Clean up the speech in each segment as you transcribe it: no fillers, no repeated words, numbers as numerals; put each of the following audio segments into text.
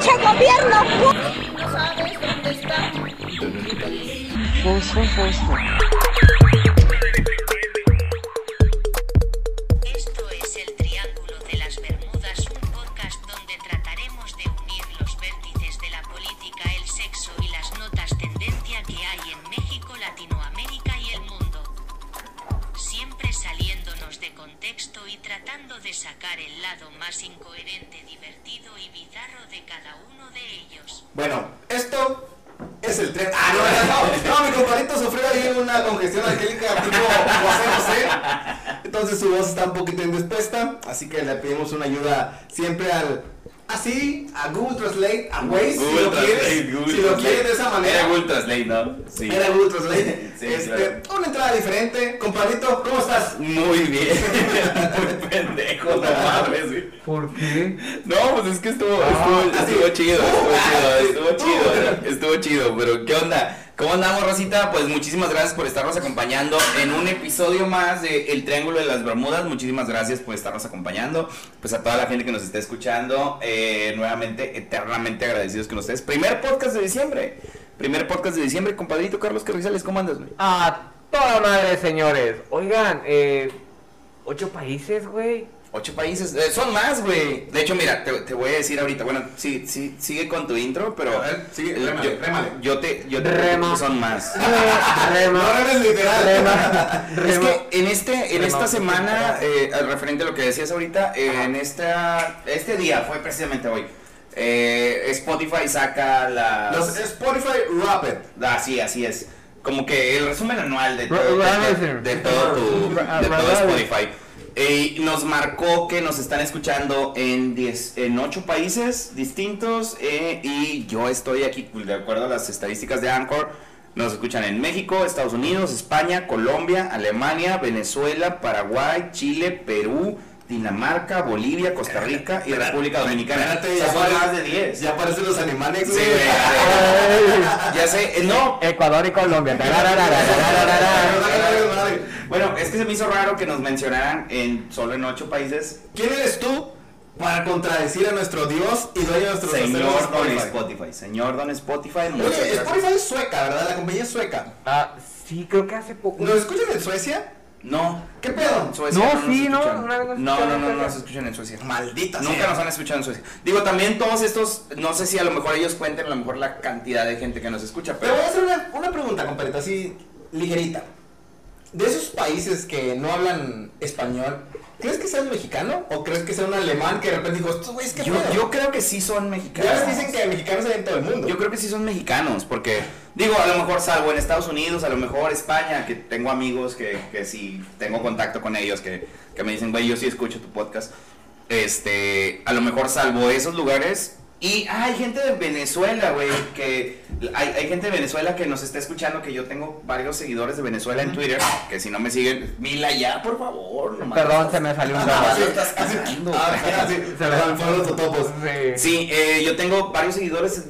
pinche gobierno. No sabes dónde está. Esto es El Triángulo de las Bermudas, un podcast donde trataremos de unir los vértices de la política, el sexo y las notas tendencia que hay en México, Latinoamérica y el mundo. Siempre saliéndonos de contexto y tratando de sacar el lado más incoherente, divertido y bizarro de cada uno de ellos. Bueno, esto es el tren. No, mi compadrito sufrió ahí una congestión alcohólica tipo José. Entonces su voz está un poquito indispuesta, así que le pedimos una ayuda siempre a Google Translate, a Waze, si lo quieres de esa manera. Era Google Translate, ¿no? Sí. Era Google Translate. Sí, claro. Una entrada diferente. Compadrito, ¿cómo estás? Muy bien. Muy pendejo, no mames, güey. ¿Por qué? No, pues es que estuvo chido, pero ¿qué onda? ¿Cómo andamos, racita? Pues muchísimas gracias por estarnos acompañando en un episodio más de El Triángulo de las Bermudas. Muchísimas gracias por estarnos acompañando. Pues a toda la gente que nos está escuchando, nuevamente, eternamente agradecidos con ustedes. Primer podcast de diciembre, compadrito Carlos Carrizales, ¿cómo andas, güey? A toda madre, señores. Oigan, 8 países, güey. 8 países, son más, güey. De hecho, mira, te voy a decir ahorita, bueno, sí, sigue con tu intro, pero a ver, sigue, rémale. yo te Rema. son más. No eres literal. Es que en esta semana, referente a lo que decías ahorita, este día fue precisamente hoy. Spotify saca Los Spotify Rapid. Así es. Como que el resumen anual de todo Spotify. Nos marcó que nos están escuchando en 8 países distintos, y yo estoy aquí, de acuerdo a las estadísticas de Anchor, nos escuchan en México, Estados Unidos, España, Colombia, Alemania, Venezuela, Paraguay, Chile, Perú, Dinamarca, Bolivia, Costa Rica y República Dominicana. Espérate, ya son más de 10. Ya aparecen los animales. Sí, ya sé, no. Ecuador y Colombia. Bueno, es que se me hizo raro que nos mencionaran solo en 8 países. ¿Quién eres tú para contradecir a nuestro Dios y dueño de nuestros Señor Don Spotify. Señor Don Spotify. Oye, Spotify es sueca, ¿verdad? La compañía es sueca. Sí, creo que hace poco. ¿Nos escuchan en Suecia? No. ¿Qué pedo? En Suecia No, nos sí, no, escuchan. una vez nos No escucharon en nos escuchan en Suecia. Maldita Nunca sea. nos han escuchado en Suecia. Digo, también todos estos, no sé si a lo mejor ellos cuenten a lo mejor la cantidad de gente que nos escucha, Te pero voy a hacer una pregunta, compadrito, así ligerita. De esos países que no hablan español, ¿crees que sea un mexicano? ¿O crees que sea un alemán que de repente dijo, estos güeyes qué pedo? yo creo que sí son mexicanos. Ya ves, dicen que mexicanos hay en todo el mundo. Yo creo que sí son mexicanos, porque, digo, a lo mejor salvo en Estados Unidos, a lo mejor España, que tengo amigos que sí tengo contacto con ellos, que me dicen, güey, yo sí escucho tu podcast. A lo mejor salvo esos lugares. Y hay gente de Venezuela, güey, que hay gente de Venezuela que nos está escuchando, que yo tengo varios seguidores de Venezuela en Twitter, que si no me siguen, Mila ya, por favor. No Perdón, se me salió un Ah, dedo. estás casando. Perdón, fueron los totopos. Sí, yo tengo varios seguidores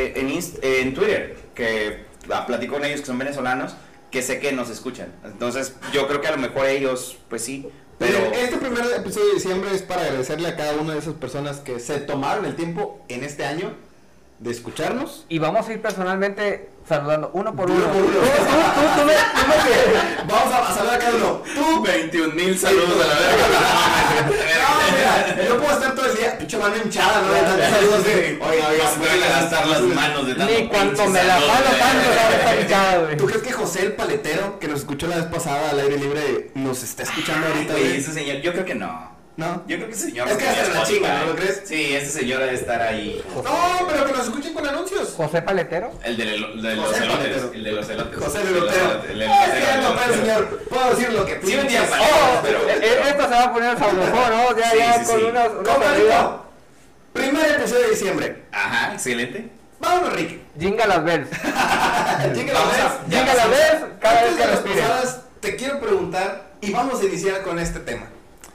en Twitter que platico con ellos que son venezolanos, que sé que nos escuchan. Entonces, yo creo que a lo mejor ellos, pues sí. Pero Este primer episodio de diciembre es para agradecerle a cada una de esas personas que se tomaron el tiempo en este año de escucharnos. Y vamos a ir personalmente saludando uno por Uno uno. por uno. Tú me Vamos a saludar a cada uno. Tú, 21,000 saludos a la verga. No, mira, yo puedo estar todo el día, pinche mano hinchada, ¿no? De tantos saludos de, oiga, Voy a gastar las manos de tanto Ni cuando pinche me la saludo, palo güey. tanto, ya está hinchado, güey. ¿Tú crees que José el paletero, que nos escuchó la vez pasada al aire libre, nos está escuchando ahorita? Güey, güey? ese señor, yo creo que no. ¿No? Yo creo que ese señor Es que hasta la chinga, ¿no lo crees? Sí, ese señor debe estar ahí. No, pero que nos escuchen con anuncios. José Paletero. El de los José elotes. Paletero. El de los elotes. José el elotero. El de Ah, los sí, no, pero elotes. señor, puedo decir lo que Sí vendía pinches- paletas, pero... Esto se va a poner sabrosón, ¿no? Ya, Sí, ya, sí, con sí. unas Compadrito, primer episodio de diciembre. Ajá, excelente. Vámonos, Ricky. Jingle las bells. Jingle Vamos bells. a- ya Jingle las pasamos. bells cada vez Antes que de las respires. posadas, te quiero preguntar, y vamos a iniciar con este tema.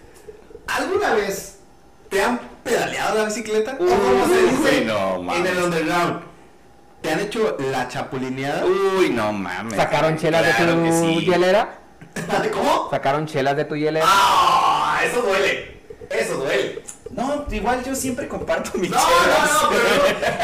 ¿Alguna vez te han pedaleado la bicicleta? ¿O como se dice Uy, no en mames. el underground? ¿Te han hecho la chapulineada? Uy, no mames. ¿Sacaron chelas Claro de que tu sí. hielera? ¿Cómo? ¿Sacaron chelas de tu hielera? ¡Ah! Eso duele. Eso duele. No, igual yo siempre comparto mis No, chelas. pero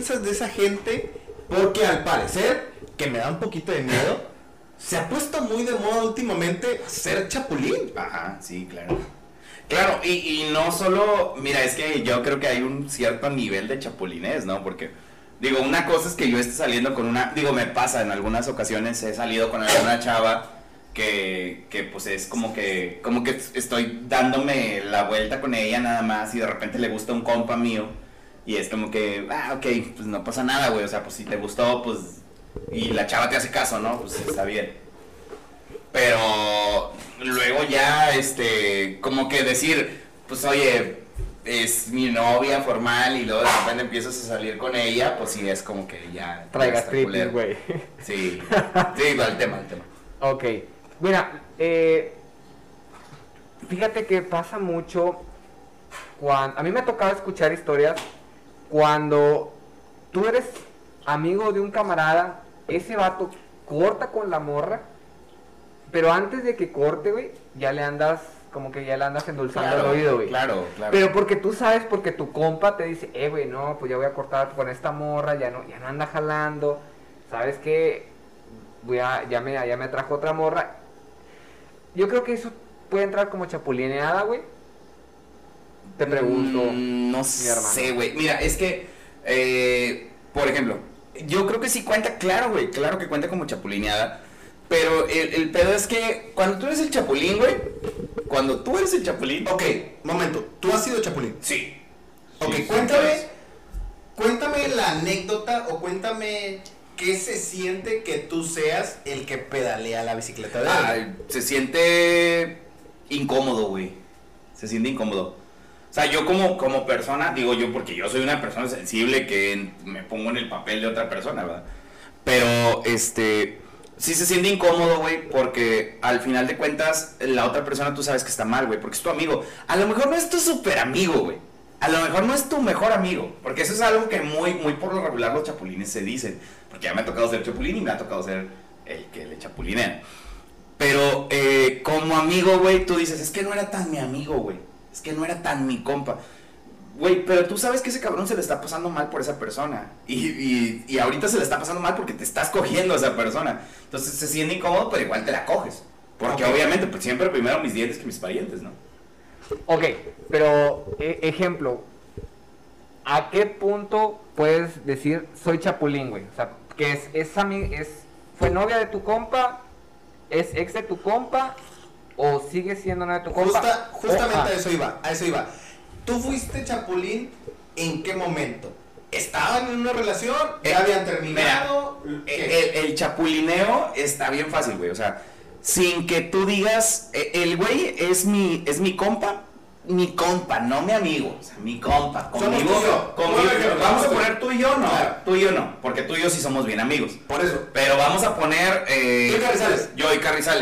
piensas de esa gente? Porque al parecer, que me da un poquito de miedo, se ha puesto muy de moda últimamente ser chapulín. Ajá, sí, claro. Claro, y no solo, mira, es que yo creo que hay un cierto nivel de chapulines, ¿no? Porque, digo, una cosa es que yo esté saliendo con una, digo, me pasa, en algunas ocasiones he salido con alguna chava que pues es como que estoy dándome la vuelta con ella nada más y de repente le gusta un compa mío y es como que, ok, pues no pasa nada, güey, o sea, pues si te gustó, pues, y la chava te hace caso, ¿no? Pues está bien. Pero luego ya, como que decir, pues oye, es mi novia formal y luego de repente empiezas a salir con ella, pues sí, es como que ya... Traigas está tripis, culero. güey. Sí, sí, va el tema. Ok, mira, fíjate que pasa mucho cuando... A mí me ha tocado escuchar historias cuando tú eres amigo de un camarada, ese vato corta con la morra, pero antes de que corte, güey, ya le andas endulzando el oído, güey. Claro. Pero porque tú sabes, porque tu compa te dice, güey, no, pues ya voy a cortar con esta morra, ya no anda jalando, ¿sabes qué? Ya me atrajo otra morra. Yo creo que eso puede entrar como chapulineada, güey. Te pregunto, no sé, güey. Mira, es que, por ejemplo, yo creo que sí cuenta, claro, güey, claro que cuenta como chapulineada. Pero el pedo es que cuando tú eres el chapulín, güey, Ok, momento, ¿tú has sido chapulín? Sí. Ok, Sí, cuéntame la anécdota o cuéntame qué se siente que tú seas el que pedalea la bicicleta de alguien. Se siente incómodo, güey. Se siente incómodo. O sea, yo como persona, digo yo porque yo soy una persona sensible que me pongo en el papel de otra persona, ¿verdad? Pero, sí se siente incómodo, güey, porque al final de cuentas la otra persona tú sabes que está mal, güey, porque es tu amigo. A lo mejor no es tu super amigo, güey. A lo mejor no es tu mejor amigo, porque eso es algo que muy por lo regular los chapulines se dicen. Porque ya me ha tocado ser chapulín y me ha tocado ser el que le chapulinea. Pero como amigo, güey, tú dices, es que no era tan mi amigo, güey. Es que no era tan mi compa. Güey, pero tú sabes que ese cabrón se le está pasando mal por esa persona. Y ahorita se le está pasando mal porque te estás cogiendo a esa persona. Entonces se siente incómodo, pero igual te la coges. Porque obviamente, pues siempre primero mis dientes que mis parientes, ¿no? Ok, pero ejemplo, ¿a qué punto puedes decir soy chapulín, güey? O sea, que fue novia de tu compa, es ex de tu compa, o sigue siendo novia de tu compa. Justamente a eso iba. ¿Tú fuiste chapulín en qué momento? ¿Estaban en una relación? ¿Ya habían terminado? Mira, el chapulineo está bien fácil, güey. O sea, sin que tú digas, el güey es mi compa, no mi amigo, o sea, mi compa. Conmigo, vamos a poner tú y yo, no. Claro. Tú y yo no, porque tú y yo sí somos bien amigos. Por eso. Pero vamos a poner. ¿Tú y Carrizales? Yo y Carrizales.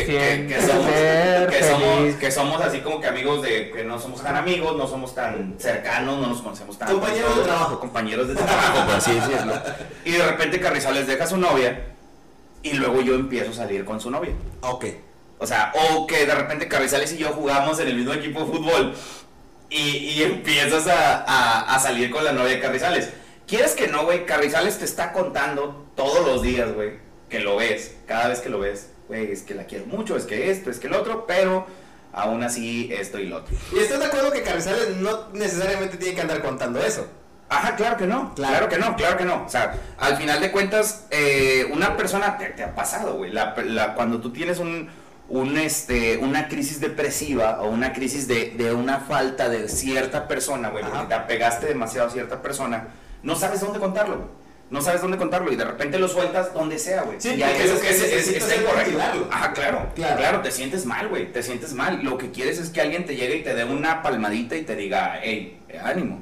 Que somos así como que amigos que no somos tan amigos, no somos tan cercanos, no nos conocemos tanto. Compañeros de trabajo. Compañeros de trabajo, por así decirlo. Y de repente Carrizales deja a su novia y luego yo empiezo a salir con su novia. Ok. O sea, o que de repente Carrizales y yo jugamos en el mismo equipo de fútbol y empiezas a salir con la novia de Carrizales. ¿Quieres que no, güey? Carrizales te está contando todos los días, güey, que lo ves, cada vez que lo ves, güey, es que la quiero mucho, es que esto, es que el otro, pero aún así esto y lo otro. ¿Y estás de acuerdo que Carrizales no necesariamente tiene que andar contando eso? Ajá, claro que no. O sea, al final de cuentas, una persona te ha pasado, güey. Cuando tú tienes una crisis depresiva o una crisis de una falta de cierta persona, güey, porque te apegaste demasiado a cierta persona, no sabes dónde contarlo, güey. No sabes dónde contarlo y de repente lo sueltas donde sea, güey. Sí, ya eso es incorrecto. Ajá, claro, te sientes mal, güey, te sientes mal. Lo que quieres es que alguien te llegue y te dé una palmadita y te diga, hey, ánimo.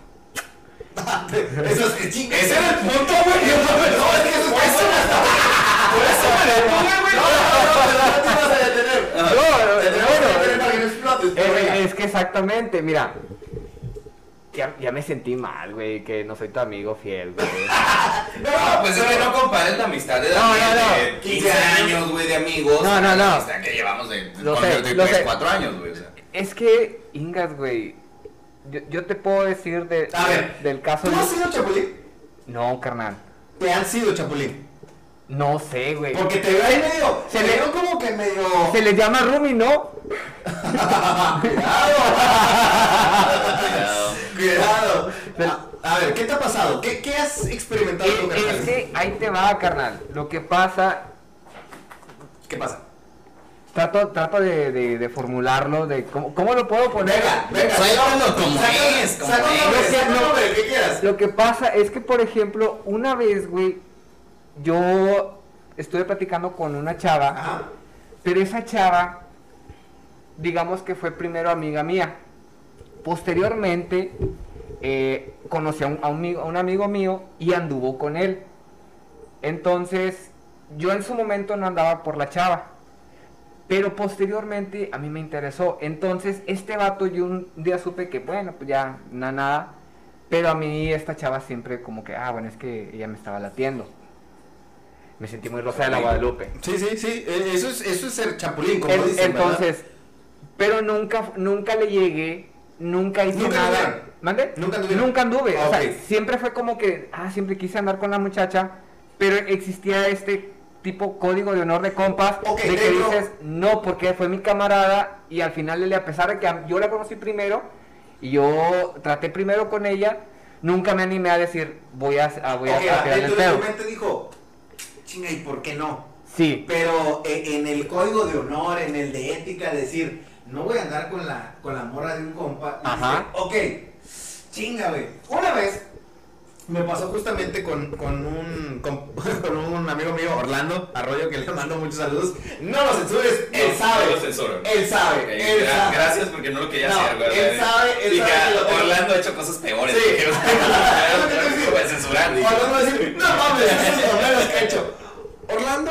Eso es chingo. Ese era el punto, güey. No, es que eso por eso me detuve, güey. No te vas a detener. Para que no explotes. Es que exactamente, mira. Ya me sentí mal, güey, que no soy tu amigo fiel, güey. No, pues es que no compares la amistad de Daniel de 15 años, güey, de amigos. No. La amistad que llevamos de 3, 4 años, güey. O sea. Es que, Ingas, güey, yo te puedo decir del caso... ¿Tú has sido chapulín? No, carnal. ¿Te han sido chapulín? No sé, güey. Porque te veo ahí medio, Se te le- veo como que medio... Se les llama roomie, ¿no? Cuidado. A ver, ¿qué te ha pasado? ¿Qué has experimentado con Es carnal? que ahí te va, carnal. Lo que pasa, ¿Qué pasa? trato de formularlo, de cómo lo puedo poner. Venga, Suéltalo como saca- es, como saca un es. nombre, Lo que- saca un lo- nombre, el que quieras. Lo que pasa es que, por ejemplo, una vez, güey, yo estuve platicando con una chava, Ajá. pero esa chava, digamos que fue primero amiga mía. Posteriormente, conocí a un amigo mío y anduvo con él. Entonces, yo en su momento no andaba por la chava. Pero posteriormente a mí me interesó. Entonces, este vato yo un día supe que, bueno, pues ya, nada. Pero a mí esta chava siempre como que, bueno, es que ella me estaba latiendo. Me sentí muy Rosa de la Guadalupe. Sí, eso es ser chapulín, como dicen, Entonces, pero nunca le llegué, nunca hice ¿Nunca nada. anduvieron? ¿Mande? ¿Nunca anduvieron? Nunca anduve. Ah, O sea, ok. siempre fue como que, siempre quise andar con la muchacha, pero existía este tipo código de honor de compas, Ok, de que dentro- dices, no, porque fue mi camarada, y al final, a pesar de que yo la conocí primero, y yo traté primero con ella, nunca me animé a decir, voy a tirarle el dentro de tu pedo. mente dijo, chinga, ¿y por qué no? Sí, Pero en el código de honor, en el de ética, decir, no voy a andar con la morra de un compa. Y Ajá. dice, ok, chinga, güey. Una vez me pasó justamente con un amigo mío, Orlando Arroyo, que le mando muchos saludos. No lo censures, él sabe. No lo censuro. Él sabe, Ok, él sabe. Gracias porque no lo quería No, hacer, güey. él sabe Dije, que lo tengo. Orlando ha hecho cosas peores. Sí. Dije, no voy a censurar. dije. Orlando va a decir, no mames, eso es lo menos que he hecho. Orlando,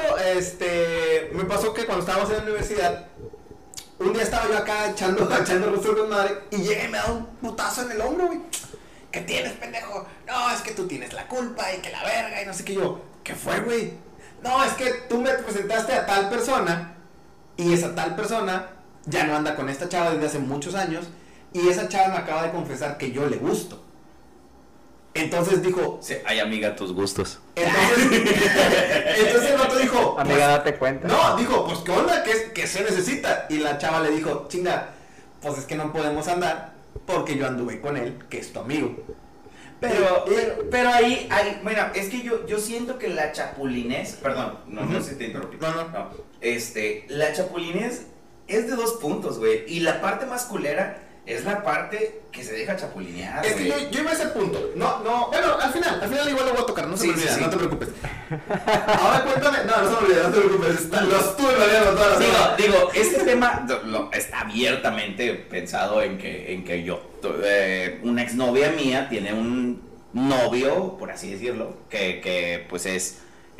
me pasó que cuando estábamos en la universidad, un día estaba yo acá echando rostro con madre y llega y me da un putazo en el hombro, güey. ¿Qué tienes, pendejo? No, es que tú tienes la culpa y que la verga y no sé qué. Yo, ¿qué fue, güey? No, es que tú me presentaste a tal persona y esa tal persona ya no anda con esta chava desde hace muchos años y esa chava me acaba de confesar que yo le gusto. Entonces dijo, Sí, ay, amiga, tus gustos. entonces el vato dijo, amiga, pues, date cuenta. no, dijo, pues qué onda, ¿qué se necesita? Y la chava le dijo, chinga, pues es que no podemos andar porque yo anduve con él, que es tu amigo. Pero ahí, bueno, es que yo siento que la chapulinés, perdón, no sé si te interrumpí. No. La chapulinés es de 2 puntos, güey. Y la parte más culera es la parte que se deja chapulinear. Es que güey. yo iba a ese punto. No, bueno, al final igual lo voy a tocar, no se Sí, me olvida, sí. no te preocupes. Ahora cuéntame, no se me olvida, no te preocupes, lo estuve variando todas las semanas. Digo, este tema está abiertamente pensado en que yo, una exnovia mía tiene un novio, por así decirlo, que pues es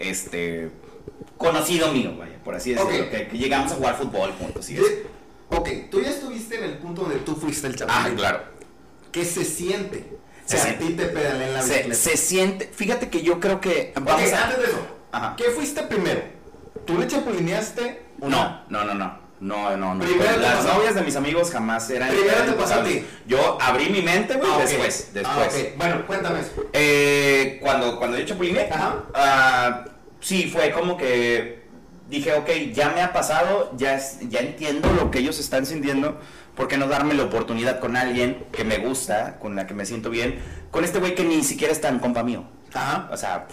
conocido mío, vaya, por así decirlo, Ok. que llegamos a jugar fútbol juntos. ¿Sí? Ok, tú ya estuviste en el punto donde tú fuiste el chapulín. Claro. ¿Qué se siente? Se Si a siente. ti te pedaleé en la bicicleta. Se siente, fíjate que yo creo que Ok, vamos a... antes de eso, Ajá. ¿qué fuiste primero? ¿Tú le chapulineaste? No. Primero te Las pasó. novias de mis amigos jamás eran... Primero te eran pasó a impecables. ti. Yo abrí mi mente, güey, Ah, ok. después. Ok. Bueno, cuéntame eso. Cuando yo chapuliné, Ajá. sí, fue como que dije, ok, ya me ha pasado, ya entiendo lo que ellos están sintiendo, ¿por qué no darme la oportunidad con alguien que me gusta, con la que me siento bien, con este güey que ni siquiera es tan compa mío? Ajá. O sea,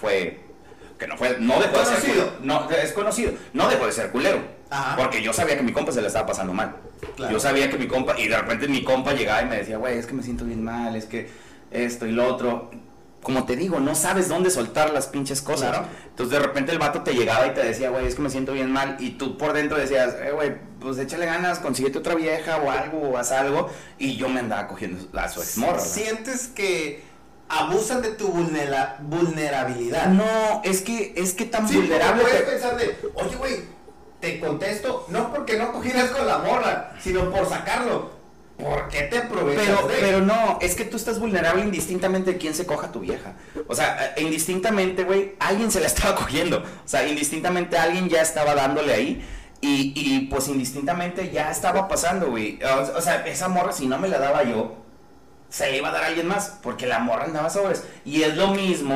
no dejó de ser Conocido. culero. No, es conocido, no dejó de ser culero. Ajá. Porque yo sabía que mi compa se la estaba pasando mal. Claro. Yo sabía que mi compa, y de repente mi compa llegaba y me decía, güey, es que me siento bien mal, es que esto y lo otro. Como te digo, no sabes dónde soltar las pinches cosas. Claro. Entonces de repente el vato te llegaba y te decía, güey, es que me siento bien mal. Y tú por dentro decías, güey, pues échale ganas, consíguete otra vieja o algo, o haz algo. Y yo me andaba cogiendo a su exmorra. ¿verdad? ¿Sientes que abusan de tu vulnerabilidad? No, es que tan Sí, vulnerable. puedes pensar de, oye, güey, te contesto, no porque no cogieras con la morra, sino por sacarlo. ¿Por qué te aprovechas Pero no, es que tú estás vulnerable indistintamente de quién se coja a tu vieja. O sea, indistintamente, güey, alguien se la estaba cogiendo. O sea, indistintamente alguien ya estaba dándole ahí. Y pues indistintamente ya estaba pasando, güey. O sea, esa morra, si no me la daba yo, se le iba a dar a alguien más. Porque la morra andaba sobres. Y es lo mismo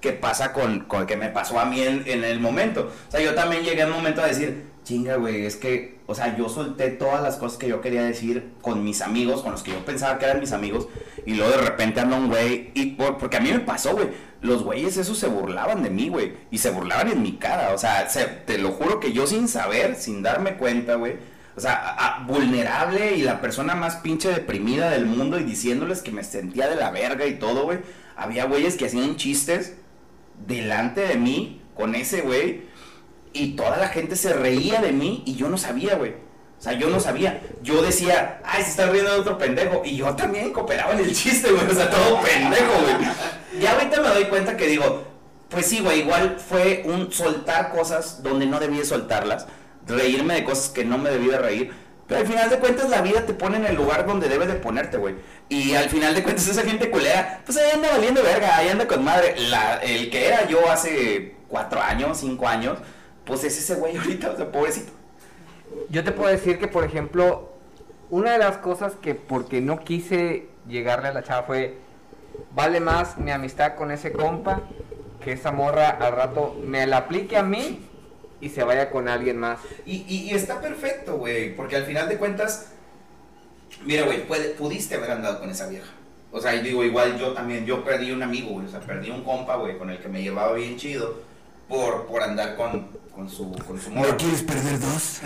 que pasa con que me pasó a mí en el momento. O sea, yo también llegué a un momento a decir, chinga, güey, es que, o sea, yo solté todas las cosas que yo quería decir con mis amigos, con los que yo pensaba que eran mis amigos, y luego de repente anda un güey, porque a mí me pasó, güey, los güeyes esos se burlaban de mí, güey, y se burlaban en mi cara, o sea, te lo juro que yo sin saber, sin darme cuenta, güey, o sea, vulnerable y la persona más pinche deprimida del mundo y diciéndoles que me sentía de la verga y todo, güey, había güeyes que hacían chistes delante de mí con ese güey, y toda la gente se reía de mí y yo no sabía, güey. O sea, yo no sabía. Yo decía, ay, se está riendo de otro pendejo. Y yo también cooperaba en el chiste, güey. O sea, todo pendejo, güey. Ya ahorita me doy cuenta que digo, pues sí, güey, igual fue un soltar cosas donde no debía soltarlas. Reírme de cosas que no me debía de reír. Pero al final de cuentas la vida te pone en el lugar donde debe de ponerte, güey. Y al final de cuentas esa gente culera, pues ahí anda valiendo verga, ahí anda con madre. El que era yo hace 4 años, 5 años, pues es ese güey ahorita, o sea, pobrecito. Yo te puedo decir que, por ejemplo, una de las cosas que porque no quise llegarle a la chava fue, vale más mi amistad con ese compa que esa morra al rato me la aplique a mí y se vaya con alguien más. Y está perfecto, güey, porque al final de cuentas, mira, güey, pudiste haber andado con esa vieja. O sea, y digo, igual yo también, yo perdí un amigo, güey, o sea, perdí un compa, güey, con el que me llevaba bien chido por andar con su morra. ¿No quieres perder 2?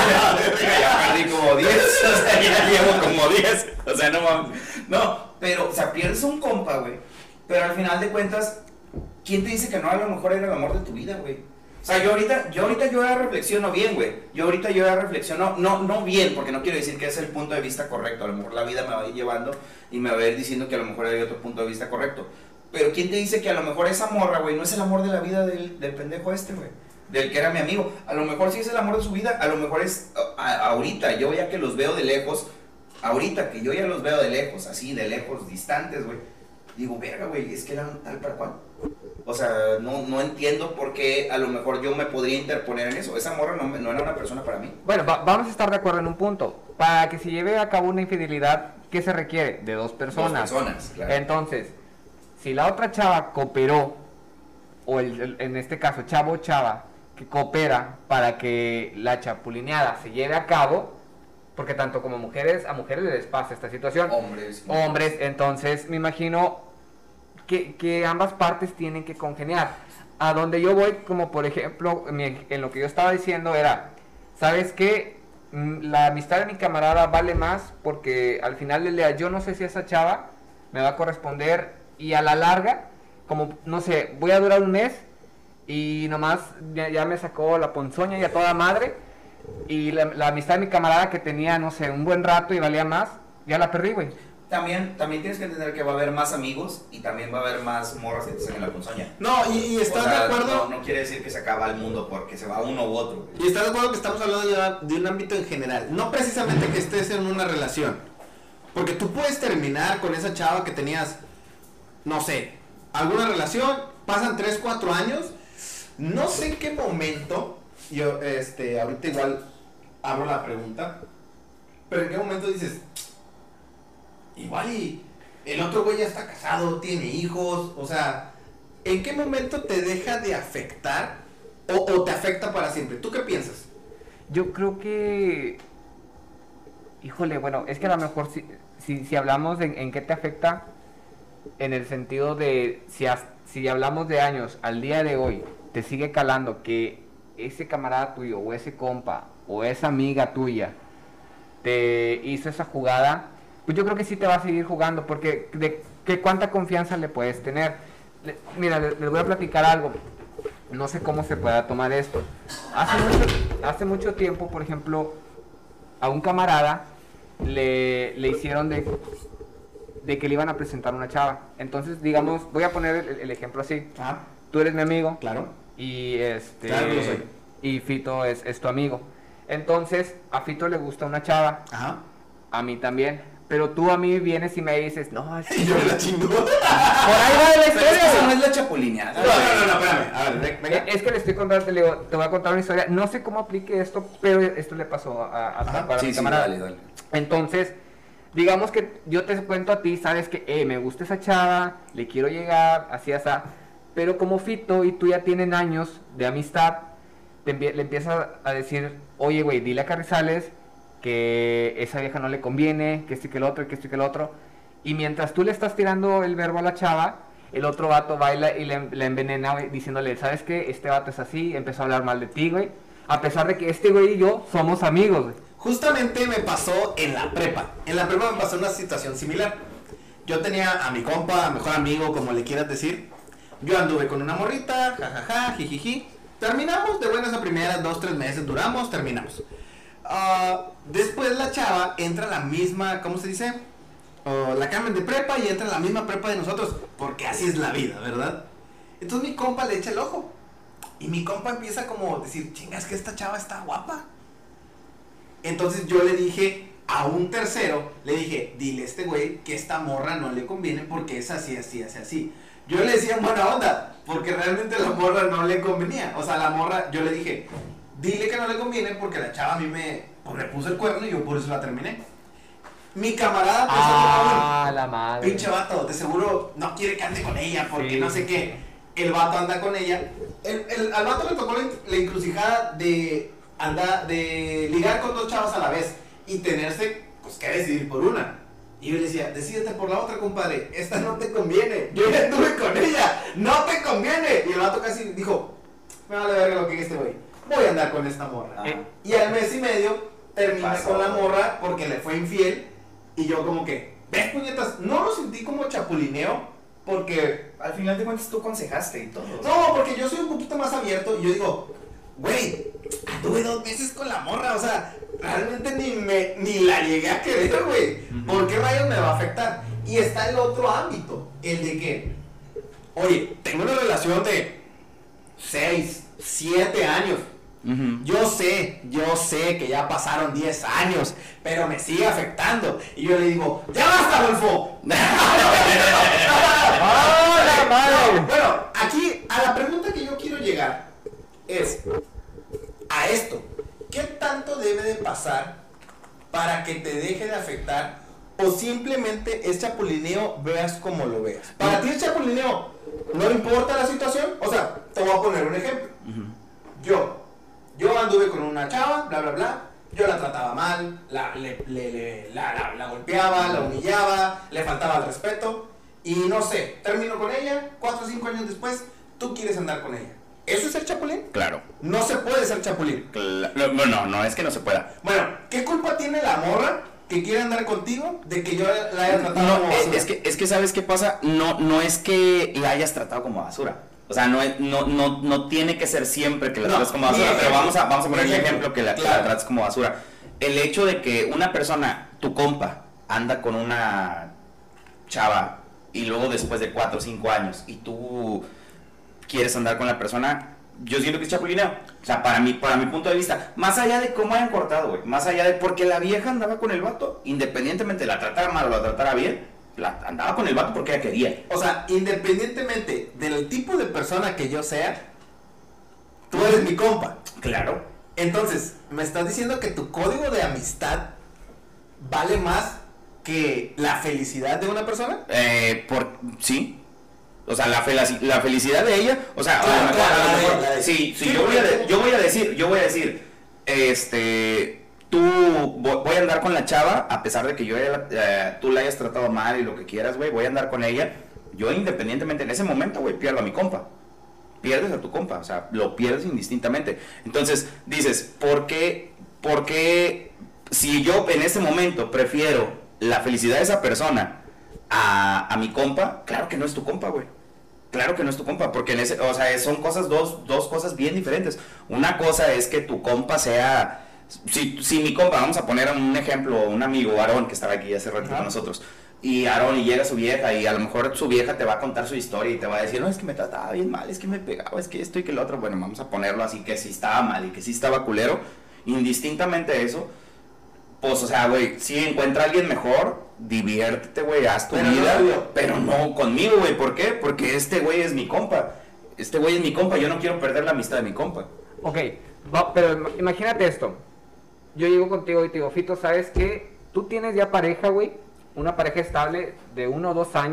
Ya perdí como 10, o sea, ya llevo como 10, o sea, no mames. No, pero, o sea, pierdes un compa, güey, pero al final de cuentas, ¿quién te dice que no a lo mejor era el amor de tu vida, güey? O sea, yo ahorita ya reflexiono bien, güey. Yo ahorita ya reflexiono, no bien, porque no quiero decir que es el punto de vista correcto. A lo mejor la vida me va a ir llevando y me va a ir diciendo que a lo mejor hay otro punto de vista correcto. Pero ¿quién te dice que a lo mejor esa morra, güey, no es el amor de la vida del pendejo este, güey? Del que era mi amigo. A lo mejor sí es el amor de su vida, a lo mejor es ahorita, yo ya que los veo de lejos, ahorita que yo ya los veo de lejos, así, de lejos, distantes, güey, digo, verga, güey, es que eran tal para cual. O sea, no entiendo por qué a lo mejor yo me podría interponer en eso. Esa morra no era una persona para mí. Bueno, vamos a estar de acuerdo en un punto. Para que se lleve a cabo una infidelidad, ¿qué se requiere? De 2 personas. 2 personas, claro. Entonces, si la otra chava cooperó, o en este caso, chavo o chava, que coopera para que la chapulineada se lleve a cabo, porque tanto como mujeres, a mujeres les pasa esta situación. Hombres, entonces me imagino que ambas partes tienen que congeniar. A donde yo voy, como por ejemplo, en lo que yo estaba diciendo era, ¿sabes qué? La amistad de mi camarada vale más porque al final del día yo no sé si esa chava me va a corresponder y a la larga, como, no sé, voy a durar un mes y nomás ya me sacó la ponzoña y a toda madre y la amistad de mi camarada que tenía, no sé, un buen rato y valía más, ya la perdí, güey. También tienes que entender que va a haber más amigos y también va a haber más morras que te saquen la ponzoña. No, y estás de acuerdo. No quiere decir que se acaba el mundo porque se va uno u otro. Y estás de acuerdo que estamos hablando de un ámbito en general. No precisamente que estés en una relación. Porque tú puedes terminar con esa chava que tenías, no sé, alguna relación, pasan 3, 4 años. No sé en qué momento, yo ahorita igual abro la pregunta, pero en qué momento dices, igual y el otro güey ya está casado, tiene hijos, o sea, ¿en qué momento te deja de afectar o te afecta para siempre? ¿Tú qué piensas? Yo creo que, híjole, bueno, es que a lo mejor si hablamos en qué te afecta, en el sentido de, si hablamos de años, al día de hoy, te sigue calando que ese camarada tuyo, o ese compa, o esa amiga tuya, te hizo esa jugada, pues yo creo que sí te va a seguir jugando, porque de cuánta confianza le puedes tener. Mira, les voy a platicar algo, no sé cómo se pueda tomar esto. Hace mucho tiempo, por ejemplo, a un camarada le hicieron de que le iban a presentar una chava. Entonces, digamos, voy a poner el ejemplo así. Ajá. Tú eres mi amigo. Claro. Y Claro que lo soy. Y Fito es tu amigo. Entonces, a Fito le gusta una chava. Ajá. A mí también. Pero tú a mí vienes y me dices, no, es que... Y yo me la chingo. Por ahí va la Pero es que eso historia. no es la chapulineada. No, espérame. A ver, venga. Es que le estoy contando, te voy a contar una historia. No sé cómo aplique esto, pero esto le pasó a mi camarada. Dale. Entonces, digamos que yo te cuento a ti, sabes que me gusta esa chava, le quiero llegar, así, así. Pero como Fito y tú ya tienen años de amistad, le empiezas a decir, oye, güey, dile a Carrizales que esa vieja no le conviene, que esto y que el otro, que esto y que el otro. Y mientras tú le estás tirando el verbo a la chava, el otro vato baila y le envenena, güey, diciéndole, ¿sabes qué? Este vato es así, empezó a hablar mal de ti, güey. A pesar de que este güey y yo somos amigos, güey. Justamente me pasó en la prepa. En la prepa me pasó una situación similar. Yo tenía a mi compa, mejor amigo, como le quieras decir. Yo anduve con una morrita, jajaja, jijiji. Terminamos de buenas a primeras, 2-3 meses duramos, terminamos. Después la chava entra a la misma, ¿cómo se dice? La cambian de prepa y entra a la misma prepa de nosotros, porque así es la vida, ¿verdad? Entonces mi compa le echa el ojo. Y mi compa empieza como a decir, chingas, que esta chava está guapa. Entonces yo le dije a un tercero, le dije, dile a este güey que esta morra no le conviene porque es así, así, así, así. Yo le decía en buena onda, porque realmente la morra no le convenía. O sea, la morra, yo le dije, dile que no le conviene porque la chava a mí me puso el cuerno y yo por eso la terminé. Mi camarada pensó la madre. Pinche vato, de seguro no quiere que ande con ella porque Sí. no sé qué. El vato anda con ella. Al vato le tocó la encrucijada de ligar con 2 chavas a la vez y tenerse, pues, que decidir por una. Y yo le decía, decídete por la otra, compadre, esta no te conviene. Yo ya estuve con ella, no te conviene. Y el vato casi dijo, me vale verga lo que diga este güey, voy a andar con esta morra. Y al mes y medio terminé con la morra porque le fue infiel. Y yo como que, ¿ves, puñetas? No lo sentí como chapulineo porque... Al final de cuentas tú aconsejaste y todo. No, porque yo soy un poquito más abierto y yo digo, güey, anduve 2 meses con la morra, o sea, realmente ni la llegué a querer, güey. ¿Por qué rayos me va a afectar? Y está el otro ámbito, el de que, oye, tengo una relación de 6, 7 años. Yo sé que ya pasaron 10 años, pero me sigue afectando. Y yo le digo, ¡ya basta, Adolfo! ¡Hola, madre! No, bueno, aquí a la pregunta que yo quiero llegar es a esto. ¿Qué tanto debe de pasar para que te deje de afectar o simplemente es chapulineo, veas como lo veas? Para ti es chapulineo, no importa la situación. O sea, te voy a poner un ejemplo. Yo anduve con una chava, bla, bla, bla. Yo la trataba mal, la golpeaba, la humillaba, le faltaba el respeto. Y no sé, termino con ella, 4 o 5 años después, tú quieres andar con ella. ¿Eso es ser chapulín? Claro. No se puede ser chapulín. No, es que no se pueda. Bueno, ¿qué culpa tiene la morra que quiere andar contigo de que yo la haya tratado como basura? Es que ¿sabes qué pasa? No es que la hayas tratado como basura. O sea, no tiene que ser siempre que la trates como basura, pero vamos a poner el ejemplo que la trates como basura. El hecho de que una persona, tu compa, anda con una chava y luego después de 4 o 5 años y tú quieres andar con la persona, yo siento que es chapulineo. O sea, para mi punto de vista, más allá de cómo hayan cortado, güey, más allá de porque la vieja andaba con el vato, independientemente la tratara mal o la tratara bien, andaba con el vato porque ella quería. O sea, independientemente del tipo de persona que yo sea, tú eres mi compa. Claro. Entonces, ¿me estás diciendo que tu código de amistad vale más que la felicidad de una persona? Sí. O sea, la felicidad de ella, o sea, Claro, a lo mejor, la de- sí, sí, yo voy a decir, voy a andar con la chava, a pesar de que tú la hayas tratado mal y lo que quieras, güey, voy a andar con ella, yo independientemente, en ese momento, güey, pierdo a mi compa, pierdes a tu compa, o sea, lo pierdes indistintamente. Entonces, dices, ¿por qué si yo en ese momento prefiero la felicidad de esa persona a mi compa? Claro que no es tu compa, güey. Claro que no es tu compa, porque o sea, son cosas, dos cosas bien diferentes. Una cosa es que tu compa sea, si mi compa, vamos a poner un ejemplo, un amigo, Aarón, que estaba aquí hace rato con nosotros, y Aarón, y llega su vieja, y a lo mejor su vieja te va a contar su historia, y te va a decir, no, es que me trataba bien mal, es que me pegaba, es que esto y que lo otro. Bueno, vamos a ponerlo así, que sí estaba mal, y que sí estaba culero, indistintamente eso, pues, o sea, güey, si encuentra a alguien mejor, diviértete, güey, haz tu vida, pero no conmigo, güey. ¿Por qué? Porque este güey es mi compa. Yo no quiero perder la amistad de mi compa. Ok, pero imagínate esto. Yo llego contigo y te digo, Fito, ¿sabes qué? Tú tienes ya pareja, güey. Una pareja estable de 1 o 2 años.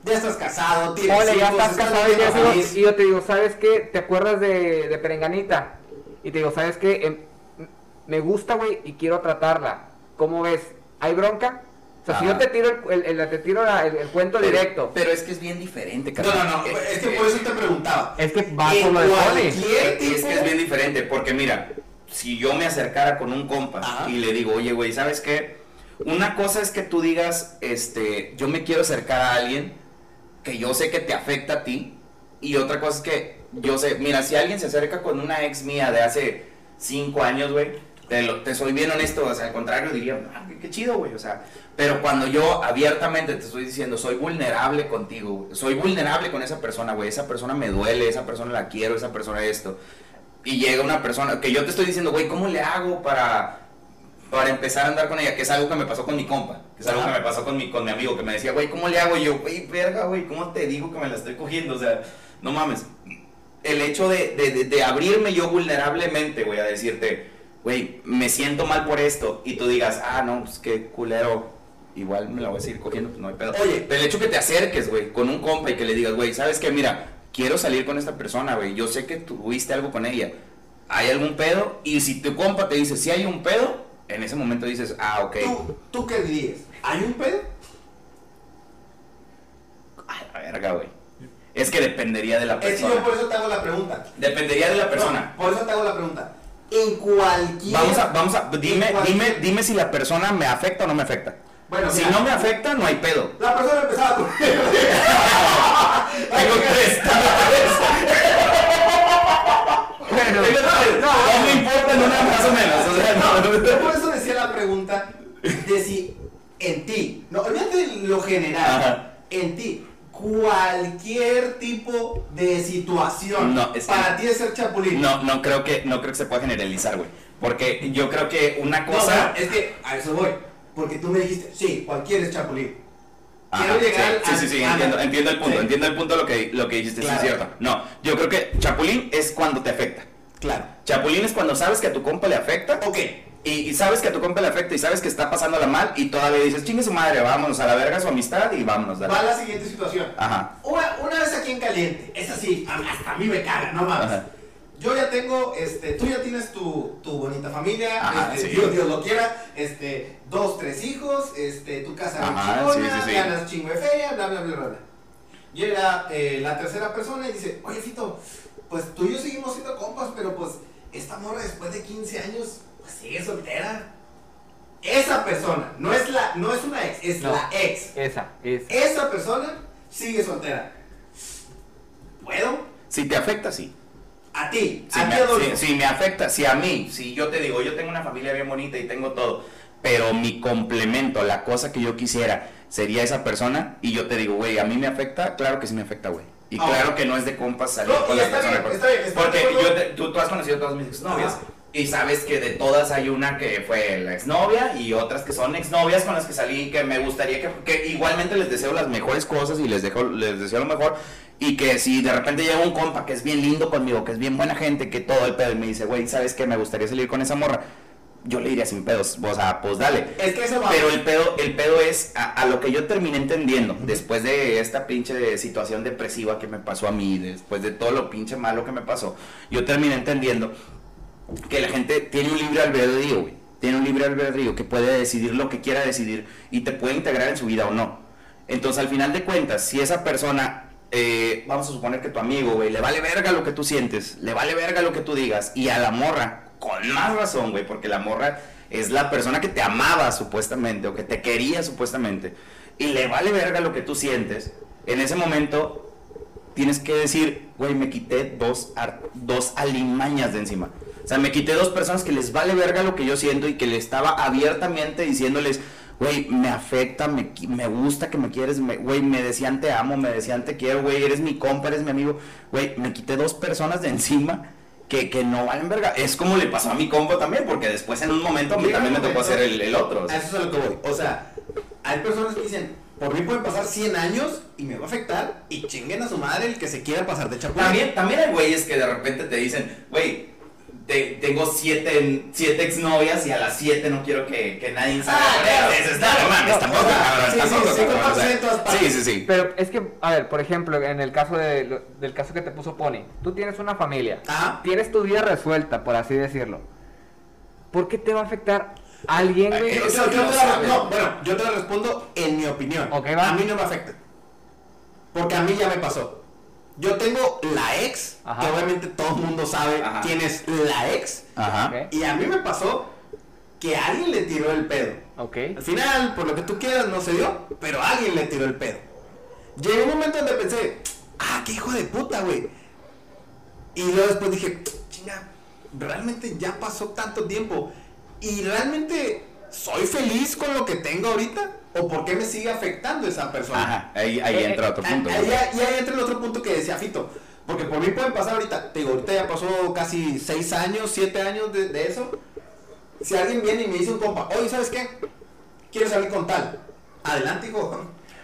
ya estás casado, tienes Ole, ya hijos, estás casado y viviendo tienes hijos, feliz. y yo te digo, ¿sabes qué? ¿Te acuerdas de Perenganita? Y te digo, ¿sabes qué? Me gusta, güey, y quiero tratarla. ¿Cómo ves? ¿Hay bronca? O sea, si yo te tiro el cuento directo. Pero es que es bien diferente, No, carnal. no, no, es que por eso te preguntaba. Es que va En por lo de Sony. cualquier Es tipo... que es bien diferente, porque mira, si yo me acercara con un compa Ajá. y le digo, oye, güey, ¿sabes qué? Una cosa es que tú digas, yo me quiero acercar a alguien que yo sé que te afecta a ti, y otra cosa es que yo sé, mira, si alguien se acerca con una ex mía de hace 5 años, güey, te soy bien honesto, o sea, al contrario, diría, ah, qué chido, güey, o sea, pero cuando yo abiertamente te estoy diciendo, soy vulnerable contigo, güey, soy vulnerable con esa persona, güey, esa persona me duele, esa persona la quiero, esa persona esto, y llega una persona, que yo te estoy diciendo, güey, ¿cómo le hago para empezar a andar con ella? Que es algo que me pasó con mi compa, que es algo que me pasó con mi amigo, que me decía, güey, ¿cómo le hago? Y yo, güey, verga, güey, ¿cómo te digo que me la estoy cogiendo? O sea, no mames. El hecho de abrirme yo vulnerablemente, güey, a decirte, güey, me siento mal por esto, y tú digas, ah, no, pues qué culero, igual me la voy a seguir cogiendo, pues no hay pedo. Oye. El hecho que te acerques, güey, con un compa y que le digas, güey, ¿sabes qué? Mira, quiero salir con esta persona, güey, yo sé que tuviste algo con ella, ¿hay algún pedo? Y si tu compa te dice, sí hay un pedo, en ese momento dices, ah, ok. ¿Tú qué dirías? ¿Hay un pedo? A la verga, güey. Es que dependería de la Es que persona. yo por eso te hago la pregunta. Dependería de la persona. No, por eso te hago la pregunta. En cualquier... Dime si la persona me afecta o no me afecta. Bueno, Si mira, no me afecta, no hay pedo. La persona empezaba con... Tengo tres. Bueno, No me importa en una más o menos. O sea, Yo por eso decía la pregunta de si en ti, no, olvídate de lo general, Ajá. en ti, cualquier tipo de situación No, es que- para ti es ser chapulín. no creo que se pueda generalizar, güey. Porque yo creo que una No, cosa. no, es que a eso voy, porque tú me dijiste, sí, cualquiera es chapulín. Ajá, Quiero llegar sí, a- entiendo el punto, Sí. entiendo el punto lo que dijiste, Claro. sí es cierto. No, yo creo que chapulín es cuando te afecta. Claro. Chapulín es cuando sabes que a tu compa le afecta. Ok. Y sabes que a tu compa le afecta y sabes que está pasándola mal y todavía dices, chingue su madre, vámonos a la verga su amistad y vámonos, dale. Va a la siguiente situación. Ajá. Una vez aquí en caliente, es así, hasta a mí me caga, no mames. Ajá. Yo ya tengo, tú ya tienes tu bonita familia, Ajá, sí. Dios lo quiera, 2, 3 hijos, tu casa bien Ajá, chingona, sí. ganas chingo de feria, bla, bla, bla, bla, bla. Llega la tercera persona y dice, oye Fito, pues tú y yo seguimos siendo compas, pero pues esta morra después de 15 años, pues sigue soltera. Esa persona, no es una ex, es No. la ex. Esa persona sigue soltera. ¿Puedo? Si te afecta, sí. A ti, Si a ti me, Adolfo. si me afecta, si a mí, si yo te digo, yo tengo una familia bien bonita y tengo todo, pero mi complemento, la cosa que yo quisiera, sería esa persona, y yo te digo, güey, a mí me afecta, claro que sí me afecta, güey. Y Ah, claro ok. que no es de compas salir No, con y la está persona. bien, está bien, está Porque bien. tú has conocido a todas mis exnovias. Ajá. Y sabes que de todas hay una que fue la exnovia y otras que son exnovias con las que salí, que me gustaría que igualmente les deseo las mejores cosas y les deseo lo mejor. Y que si de repente llega un compa que es bien lindo conmigo, que es bien buena gente, que todo el pedo y me dice, güey, ¿sabes qué? Me gustaría salir con esa morra. Yo le diría sin pedos, o sea, pues dale. Es que eso va. Pero el pedo es a lo que yo terminé entendiendo después de esta pinche situación depresiva que me pasó a mí, después de todo lo pinche malo que me pasó, yo terminé entendiendo que la gente tiene un libre albedrío, güey. Tiene un libre albedrío que puede decidir lo que quiera decidir y te puede integrar en su vida o no. Entonces, al final de cuentas, si esa persona, vamos a suponer que tu amigo, güey, le vale verga lo que tú sientes, le vale verga lo que tú digas, y a la morra, con más razón, güey, porque la morra es la persona que te amaba supuestamente o que te quería supuestamente, y le vale verga lo que tú sientes, en ese momento tienes que decir, güey, me quité dos alimañas de encima. O sea, me quité 2 personas que les vale verga lo que yo siento y que le estaba abiertamente diciéndoles, güey, me afecta, me gusta que me quieres, güey, me decían te amo, me decían te quiero, güey, eres mi compa, eres mi amigo. Güey, me quité 2 personas de encima que no valen verga. Es como le pasó a mi compa también, porque después en un momento a mí también me tocó hacer el otro. O sea. A eso es a lo que voy. O sea, hay personas que dicen, por mí pueden pasar 100 años y me va a afectar y chinguen a su madre el que se quiera pasar de chapulín. También hay güeyes que de repente te dicen, güey, tengo 7 exnovias y a las 7 no quiero que nadie salga con claro. ellas. Está, no mames, tampoco, cabrón, sí, tampoco, sí, cabrón, o sea, 5% todas partes. sí. Pero es que, a ver, por ejemplo, en el caso del caso que te puso Pony, tú tienes una familia, Ajá. tienes tu vida resuelta, por así decirlo. ¿Por qué te va a afectar alguien, güey? Eso no sabes. Yo te lo respondo en mi opinión. Ok, va. A mí no me afecta. Porque a mí ya me pasó. Yo tengo la ex, Ajá. que obviamente todo el mundo sabe Ajá. quién es la ex. Ajá. Ok. Y a mí me pasó que alguien le tiró el pedo. Ok. Al final, por lo que tú quieras, no se dio, pero alguien le tiró el pedo. Llegó un momento donde pensé, qué hijo de puta, güey. Y luego después dije, chinga, realmente ya pasó tanto tiempo. Y realmente soy feliz con lo que tengo ahorita. ¿O por qué me sigue afectando esa persona? Ajá, ahí entra otro punto. Ahí entra el otro punto que decía Fito. Porque por mí pueden pasar ahorita, te digo, ahorita ya pasó casi 6 años, 7 años de eso. Si alguien viene y me dice un compa, oye, ¿sabes qué? Quiero salir con tal. Adelante, hijo.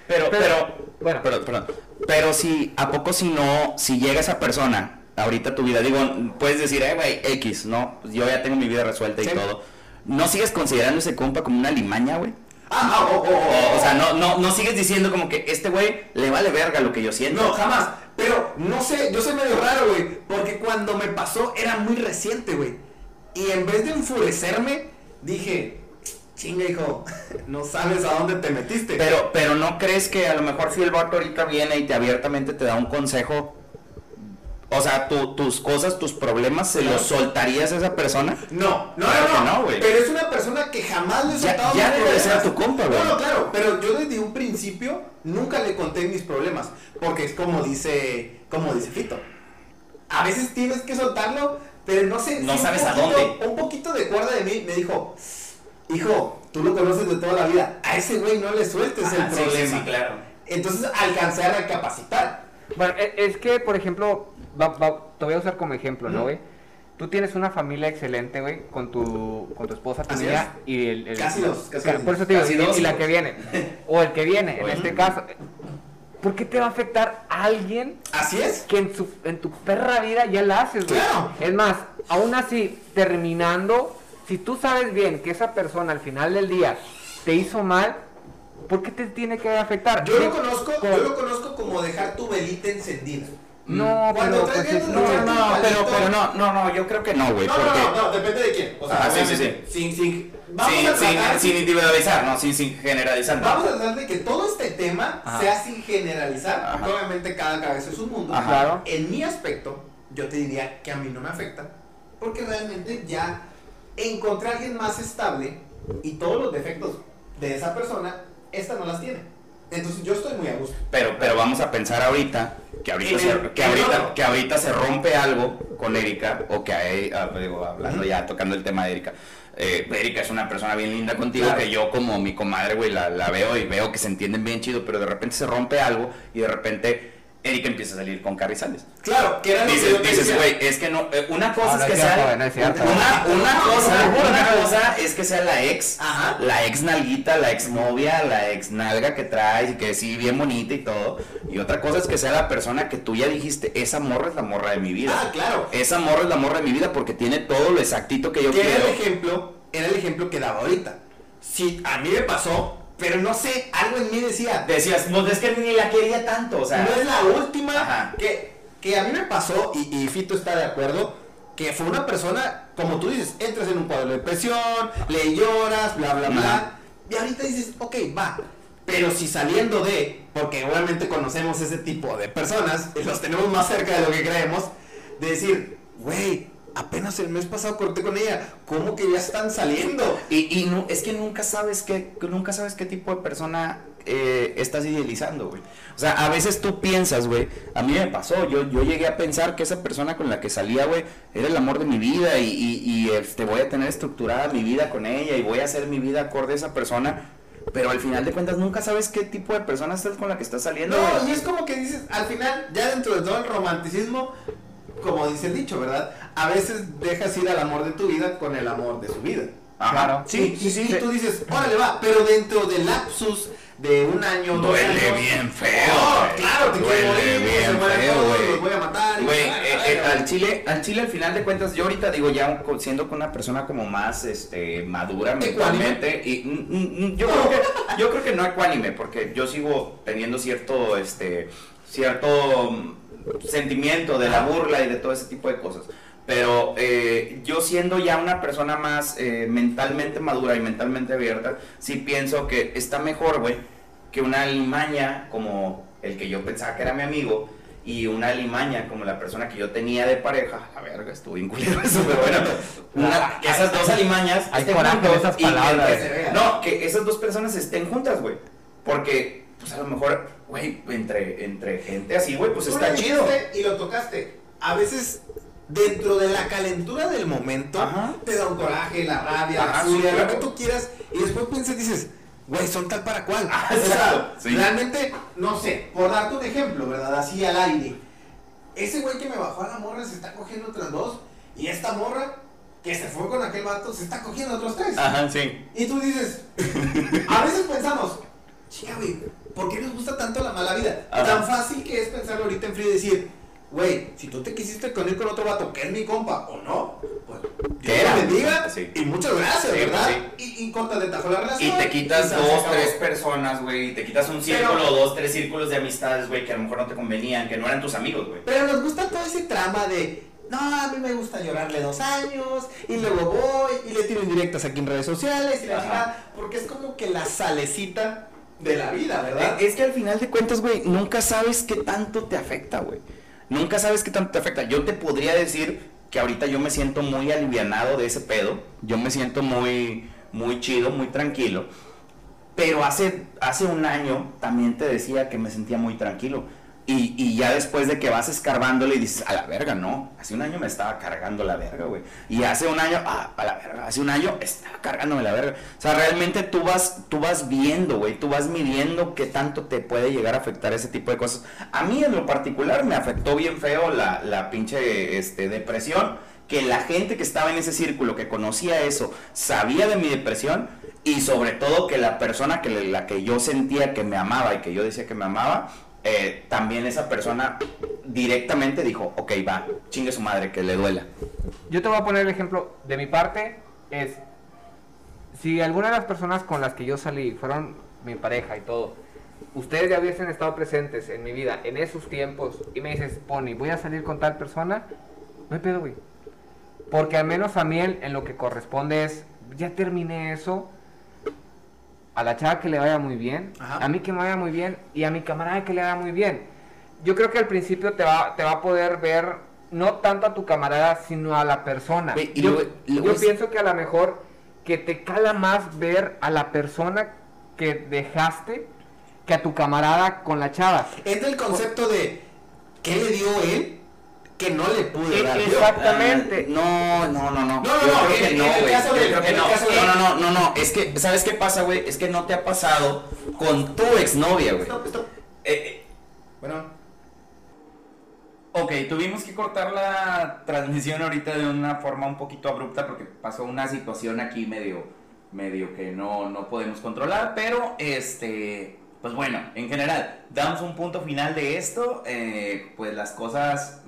Pero si, ¿a poco si llega esa persona ahorita a tu vida? Digo, puedes decir, güey, X, ¿no? Pues yo ya tengo mi vida resuelta y Sí. todo. ¿No sigues considerando ese compa como una limaña, güey? O O sea, no sigues diciendo como que este güey le vale verga lo que yo siento. No, jamás. Pero no sé, yo soy medio raro, güey. Porque cuando me pasó era muy reciente, güey. Y en vez de enfurecerme, dije, chinga, hijo, no sabes a dónde te metiste. Pero ¿no crees que a lo mejor si el vato ahorita viene y te abiertamente te da un consejo, o sea, tus cosas, tus problemas, ¿se los soltarías a esa persona? No, Claro que no, güey. pero es una persona que jamás le he soltado Ya mis debe de ser problemas. tu compa, güey. No, claro, pero yo desde un principio nunca le conté mis problemas. Porque es como dice Fito. A veces tienes que soltarlo, pero no sé. No si sabes a dónde. Un poquito de cuerda de mí me dijo, hijo, tú lo conoces de toda la vida. A ese güey no le sueltes Ajá, el sí, problema. sí, claro. Entonces alcancé a recapacitar. Bueno, es que, por ejemplo, te voy a usar como ejemplo, ¿no, güey? Tú tienes una familia excelente, güey, con tu esposa, tu Así niña y el Casi dos. por eso te digo, Casi y, dos. y la que viene, o el que viene, en Oye. este caso. ¿Por qué te va a afectar a alguien Así es. que en tu perra vida ya la haces, güey? Claro. Es más, aún así, terminando, si tú sabes bien que esa persona al final del día te hizo mal, ¿por qué te tiene que afectar? Yo Sí, lo conozco como dejar tu velita encendida. No, Cuando pero traes pues, ganas de echarte un palito- no, yo creo que no, güey, porque... No, depende de quién. O sea, Ajá, sí, obviamente, vamos a sin tratar, individualizar, ¿no? Sin generalizar. ¿no? vamos a tratar de que todo este tema Ajá. sea sin generalizar, Ajá. porque obviamente cada cabeza es un mundo. Ajá. Claro. En mi aspecto, yo te diría que a mí no me afecta, porque realmente ya encontré a alguien más estable y todos los defectos de esa persona, esta no las tiene. Entonces yo estoy muy a gusto. Pero vamos a pensar ahorita que ahorita se rompe algo con Erika, o que digo, hablando ya, tocando el tema de Erika. Erika es una persona bien linda contigo, Claro. que yo como mi comadre, güey, la veo y veo que se entienden bien chido, pero de repente se rompe algo y de repente Erika empieza a salir con Carrizales. Claro, que era lo que yo te Dices, decía. güey, es que no, una cosa No, no es que es cierto, sea, güey, no es cierto. una cosa es que sea la ex, Ajá. la ex nalguita, la ex novia, la ex nalga que traes y que sí, bien bonita y todo, y otra cosa es que sea la persona que tú ya dijiste, esa morra es la morra de mi vida. Claro. Esa morra es la morra de mi vida porque tiene todo lo exactito que yo Que quiero. era el ejemplo que daba ahorita. Si a mí me pasó, pero no sé, algo en mí decía, Decías, no, es que ni la quería tanto, o sea. no es la última Ajá. que a mí me pasó, y Fito está de acuerdo, que fue una persona, como tú dices, entras en un cuadro de depresión, le lloras, bla, bla, bla, Ajá. y ahorita dices, ok, va, pero si saliendo porque obviamente conocemos ese tipo de personas, y los tenemos más cerca de lo que creemos, de decir, güey, apenas el mes pasado corté con ella, ¿cómo que ya están saliendo? Y no, es que nunca sabes qué tipo de persona estás idealizando, güey. O sea, a veces tú piensas, güey, a mí me pasó, yo llegué a pensar que esa persona con la que salía, güey, era el amor de mi vida y voy a tener estructurada mi vida con ella y voy a hacer mi vida acorde a esa persona, pero al final de cuentas nunca sabes qué tipo de persona estás con la que estás saliendo, No, güey. y es como que dices, al final, ya dentro de todo el romanticismo, como dice el dicho, ¿verdad? A veces dejas ir al amor de tu vida con el amor de su vida. Ajá. Claro. Sí, sí, sí. Y tú dices, órale va, pero dentro del lapsus de un año, 2 años. Duele bien feo, Oh, güey. claro, te quiero Duele morir, bien se mueren feo, todos, güey. los voy a matar. y Güey, ay, al Chile al final de cuentas, yo ahorita digo ya siendo con una persona como más madura mentalmente y yo creo que no ecuánime, porque yo sigo teniendo cierto sentimiento de la burla y de todo ese tipo de cosas. Pero yo siendo ya una persona más mentalmente madura y mentalmente abierta, sí pienso que está mejor, güey, que una alimaña como el que yo pensaba que era mi amigo y una alimaña como la persona que yo tenía de pareja. A ver, estuvo bien culero eso, pero bueno, que esas dos alimañas estén juntas y que esas dos personas estén juntas, güey, porque pues a lo mejor, güey, entre gente así, güey, pues está chido. Y lo tocaste. A veces dentro de la calentura del momento, ajá, te da un coraje, la rabia, la furia, lo que tú quieras, y después piensas y dices, güey, son tal para cual. O sea, sí, realmente, no sé, por darte un ejemplo, ¿verdad? Así al aire. Ese güey que me bajó a la morra se está cogiendo otras dos, y esta morra que se fue con aquel vato se está cogiendo otros tres. Ajá, sí. Y tú dices, a veces pensamos, chica, güey, ¿por qué nos gusta tanto la mala vida? Ajá. Tan fácil que es pensarlo ahorita en frío y decir, güey, si tú te quisiste ir con otro vato que es mi compa o no, pues Dios te bendiga, sí, y muchas gracias, sí, ¿verdad? Sí. Y cortas de tajo la relación. Y te quitas dos, tres personas, güey, y te quitas un círculo, dos, tres círculos de amistades, güey, que a lo mejor no te convenían, que no eran tus amigos, güey. Pero nos gusta todo ese trama de, no, a mí me gusta llorarle 2 años, y luego voy, y le tiro indirectas aquí en redes sociales, y la chingada, porque es como que la salecita de la vida, ¿verdad? Es que al final de cuentas, güey, nunca sabes qué tanto te afecta, güey. Nunca sabes qué tanto te afecta. Yo te podría decir que ahorita yo me siento muy alivianado de ese pedo. Yo me siento muy chido, muy tranquilo. Pero hace un año también te decía que me sentía muy tranquilo. Y ya después de que vas escarbándole y dices, a la verga, no. Hace un año me estaba cargando la verga, güey. Y hace un año, a la verga. Hace un año estaba cargándome la verga. O sea, realmente tú vas viendo, güey. Tú vas midiendo qué tanto te puede llegar a afectar ese tipo de cosas. A mí en lo particular me afectó bien feo la pinche depresión. Que la gente que estaba en ese círculo, que conocía eso, sabía de mi depresión. Y sobre todo que la persona la que yo sentía que me amaba y que yo decía que me amaba, también esa persona directamente dijo, ok, va, chingue su madre, que le duela. Yo te voy a poner el ejemplo de mi parte, es, si alguna de las personas con las que yo salí fueron mi pareja y todo, ustedes ya hubiesen estado presentes en mi vida en esos tiempos y me dices, Pony, voy a salir con tal persona, no hay pedo, güey. Porque al menos a mí en lo que corresponde es, ya terminé eso, a la chava que le vaya muy bien, ajá, a mí que me vaya muy bien y a mi camarada que le vaya muy bien. Yo creo que al principio te va a poder ver no tanto a tu camarada sino a la persona. Yo pienso que a lo mejor que te cala más ver a la persona que dejaste que a tu camarada con la chava. Entra el concepto de ¿qué le dio él que no le pude dar? Exactamente. No. Es que, ¿sabes qué pasa, güey? Es que no te ha pasado con tu exnovia, güey. Stop. Bueno. Ok, tuvimos que cortar la transmisión ahorita de una forma un poquito abrupta porque pasó una situación aquí medio que no podemos controlar, pero pues bueno, en general, damos un punto final de esto, pues las cosas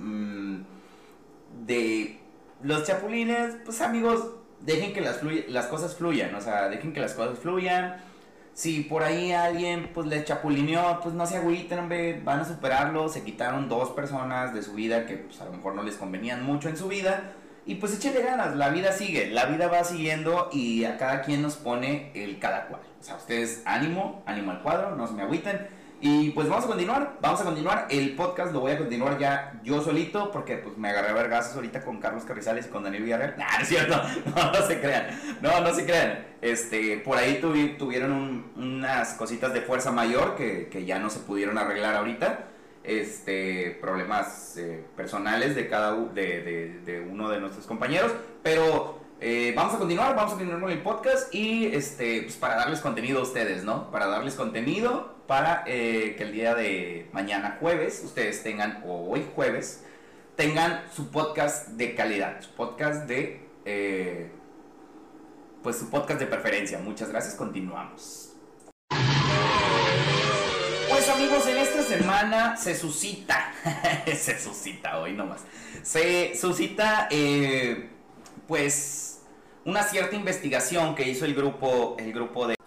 de los chapulines, pues amigos, dejen que las cosas fluyan, o sea, dejen que las cosas fluyan. Si por ahí alguien pues les chapulineó, pues no se agüiten, hombre, van a superarlo. Se quitaron 2 personas de su vida que pues a lo mejor no les convenían mucho en su vida. Y pues échenle ganas, la vida sigue, la vida va siguiendo y a cada quien nos pone el cada cual. O sea, ustedes ánimo al cuadro, no se me agüiten. Y pues vamos a continuar, el podcast lo voy a continuar ya yo solito porque pues me agarré a vergazos ahorita con Carlos Carrizales y con Daniel Villarreal. No es cierto, no se crean. Por ahí tuvieron unas cositas de fuerza mayor que ya no se pudieron arreglar ahorita. Problemas personales de de uno de nuestros compañeros, pero vamos a continuar con el podcast y pues para darles contenido a ustedes, ¿no? Para darles contenido para que el día de mañana jueves ustedes tengan, o hoy jueves, tengan su podcast de calidad, su podcast de pues su podcast de preferencia. Muchas gracias, continuamos. Pues amigos, en esta semana se suscita Se suscita hoy nomás. Se suscita, pues, una cierta investigación que hizo el grupo de...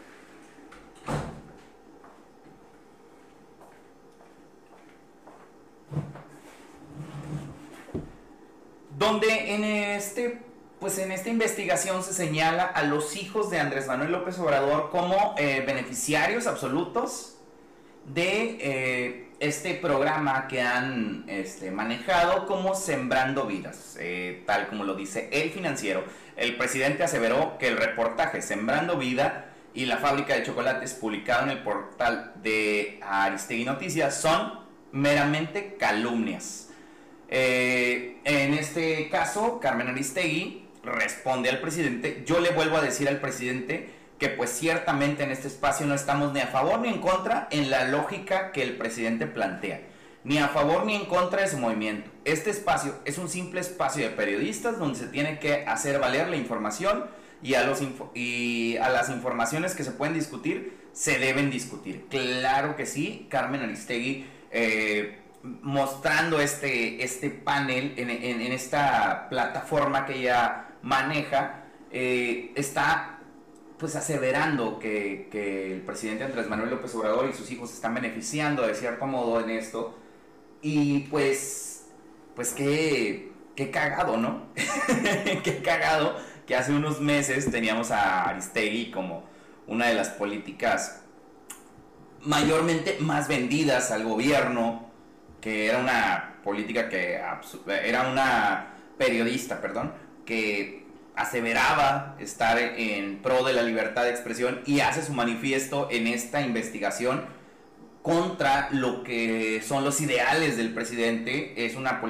Donde en esta investigación se señala a los hijos de Andrés Manuel López Obrador como beneficiarios absolutos de este programa que han manejado como Sembrando Vidas, tal como lo dice El Financiero. El presidente aseveró que el reportaje Sembrando Vida y la fábrica de chocolates publicado en el portal de Aristegui Noticias son meramente calumnias. En este caso, Carmen Aristegui responde al presidente: yo le vuelvo a decir al presidente que pues ciertamente en este espacio no estamos ni a favor ni en contra en la lógica que el presidente plantea, ni a favor ni en contra de su movimiento. Este espacio es un simple espacio de periodistas donde se tiene que hacer valer la información y a las informaciones que se pueden discutir se deben discutir. Claro que sí, Carmen Aristegui mostrando este panel en esta plataforma que ella maneja, está pues aseverando que el presidente Andrés Manuel López Obrador y sus hijos se están beneficiando de cierto modo en esto. Y pues qué cagado, ¿no? Qué cagado que hace unos meses teníamos a Aristegui como una de las políticas mayormente más vendidas al gobierno, que era una política era una periodista, que aseveraba estar en pro de la libertad de expresión y hace su manifiesto en esta investigación contra lo que son los ideales del presidente. Es una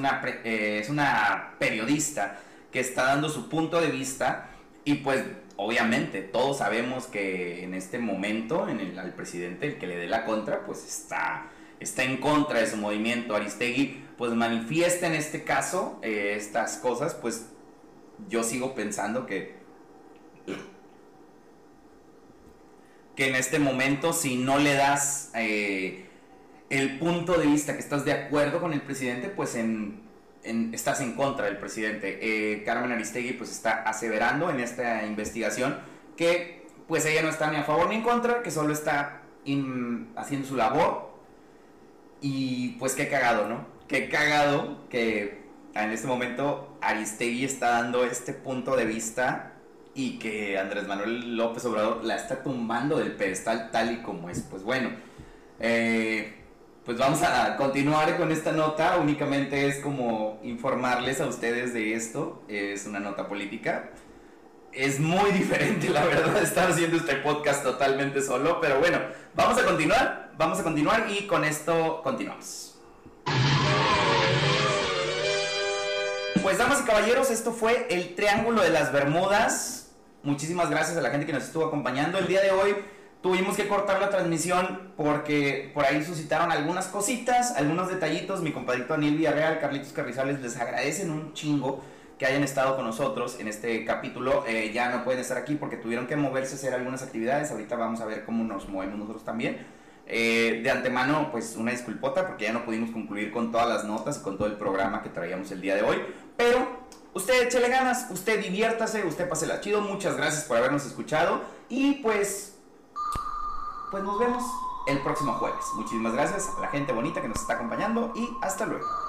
periodista que está dando su punto de vista y pues obviamente todos sabemos que en este momento al presidente, el que le dé la contra, pues está en contra de su movimiento. Aristegui pues manifiesta en este caso estas cosas. Pues yo sigo pensando que en este momento, si no le das el punto de vista que estás de acuerdo con el presidente, pues estás en contra del presidente. Carmen Aristegui pues está aseverando en esta investigación que pues ella no está ni a favor ni en contra, que solo está haciendo su labor. Y pues qué cagado, ¿no? Qué cagado que en este momento Aristegui está dando este punto de vista y que Andrés Manuel López Obrador la está tumbando del pedestal tal y como es. Pues bueno, pues vamos a continuar con esta nota. Únicamente es como informarles a ustedes de esto. Es una nota política. Es muy diferente, la verdad, estar haciendo este podcast totalmente solo. Pero bueno, vamos a continuar y con esto continuamos. Pues damas y caballeros, esto fue el Triángulo de las Bermudas. Muchísimas gracias a la gente que nos estuvo acompañando. El día de hoy tuvimos que cortar la transmisión porque por ahí suscitaron algunas cositas, algunos detallitos. Mi compadrito Daniel Villarreal, Carlitos Carrizales, les agradecen un chingo que hayan estado con nosotros en este capítulo. Ya no pueden estar aquí porque tuvieron que moverse a hacer algunas actividades. Ahorita vamos a ver cómo nos movemos nosotros también. De antemano, pues una disculpota porque ya no pudimos concluir con todas las notas y con todo el programa que traíamos el día de hoy. Pero usted échele ganas, usted diviértase, usted pásela chido. Muchas gracias por habernos escuchado y pues nos vemos el próximo jueves. Muchísimas gracias a la gente bonita que nos está acompañando y hasta luego.